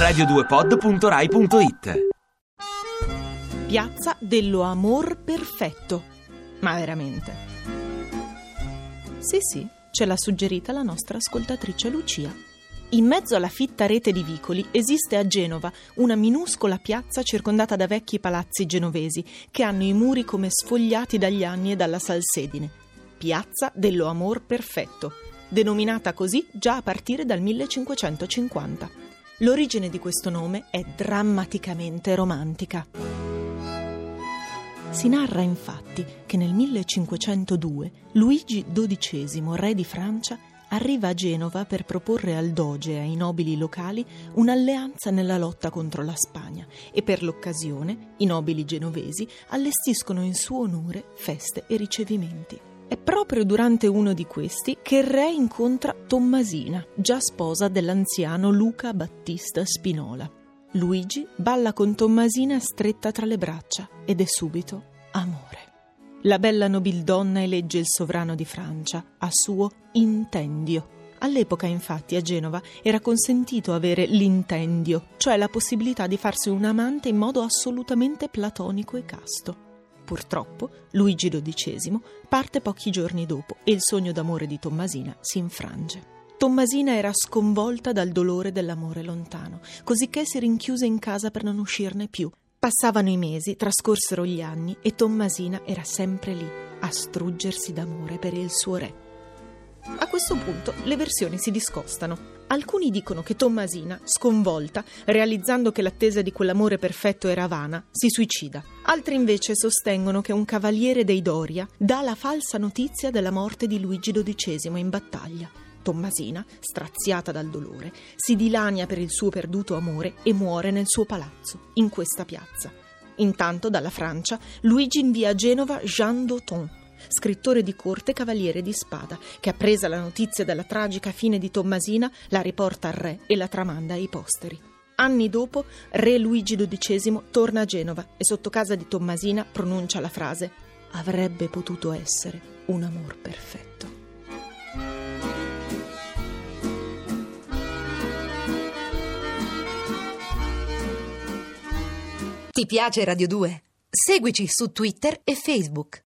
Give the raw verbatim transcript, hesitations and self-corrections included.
radio due pod punto rai punto it. Piazza dello Amor Perfetto. Ma veramente? Sì, sì, ce l'ha suggerita la nostra ascoltatrice Lucia. In mezzo alla fitta rete di vicoli esiste a Genova una minuscola piazza circondata da vecchi palazzi genovesi che hanno i muri come sfogliati dagli anni e dalla salsedine. Piazza dello Amor Perfetto, denominata così già a partire dal millecinquecentocinquanta. L'origine di questo nome è drammaticamente romantica. Si narra infatti che nel millecinquecentodue Luigi dodicesimo, re di Francia, arriva a Genova per proporre al doge e ai nobili locali un'alleanza nella lotta contro la Spagna e per l'occasione i nobili genovesi allestiscono in suo onore feste e ricevimenti. È proprio durante uno di questi che il re incontra Tommasina, già sposa dell'anziano Luca Battista Spinola. Luigi balla con Tommasina stretta tra le braccia ed è subito amore. La bella nobildonna elegge il sovrano di Francia a suo intendio. All'epoca, infatti, a Genova era consentito avere l'intendio, cioè la possibilità di farsi un amante in modo assolutamente platonico e casto. Purtroppo, Luigi dodicesimo parte pochi giorni dopo e il sogno d'amore di Tommasina si infrange. Tommasina era sconvolta dal dolore dell'amore lontano, cosicché si rinchiuse in casa per non uscirne più. Passavano i mesi, trascorsero gli anni e Tommasina era sempre lì, a struggersi d'amore per il suo re. A questo punto le versioni si discostano. Alcuni dicono che Tommasina, sconvolta, realizzando che l'attesa di quell'amore perfetto era vana, si suicida. Altri invece sostengono che un cavaliere dei Doria dà la falsa notizia della morte di Luigi dodicesimo in battaglia. Tommasina, straziata dal dolore, si dilania per il suo perduto amore e muore nel suo palazzo, in questa piazza. Intanto, dalla Francia, Luigi invia a Genova Jean d'Auton, scrittore di corte e cavaliere di spada, che, appresa la notizia della tragica fine di Tommasina, la riporta al re e la tramanda ai posteri. Anni dopo, re Luigi dodicesimo torna a Genova e sotto casa di Tommasina pronuncia la frase «Avrebbe potuto essere un amor perfetto». Ti piace Radio due? Seguici su Twitter e Facebook.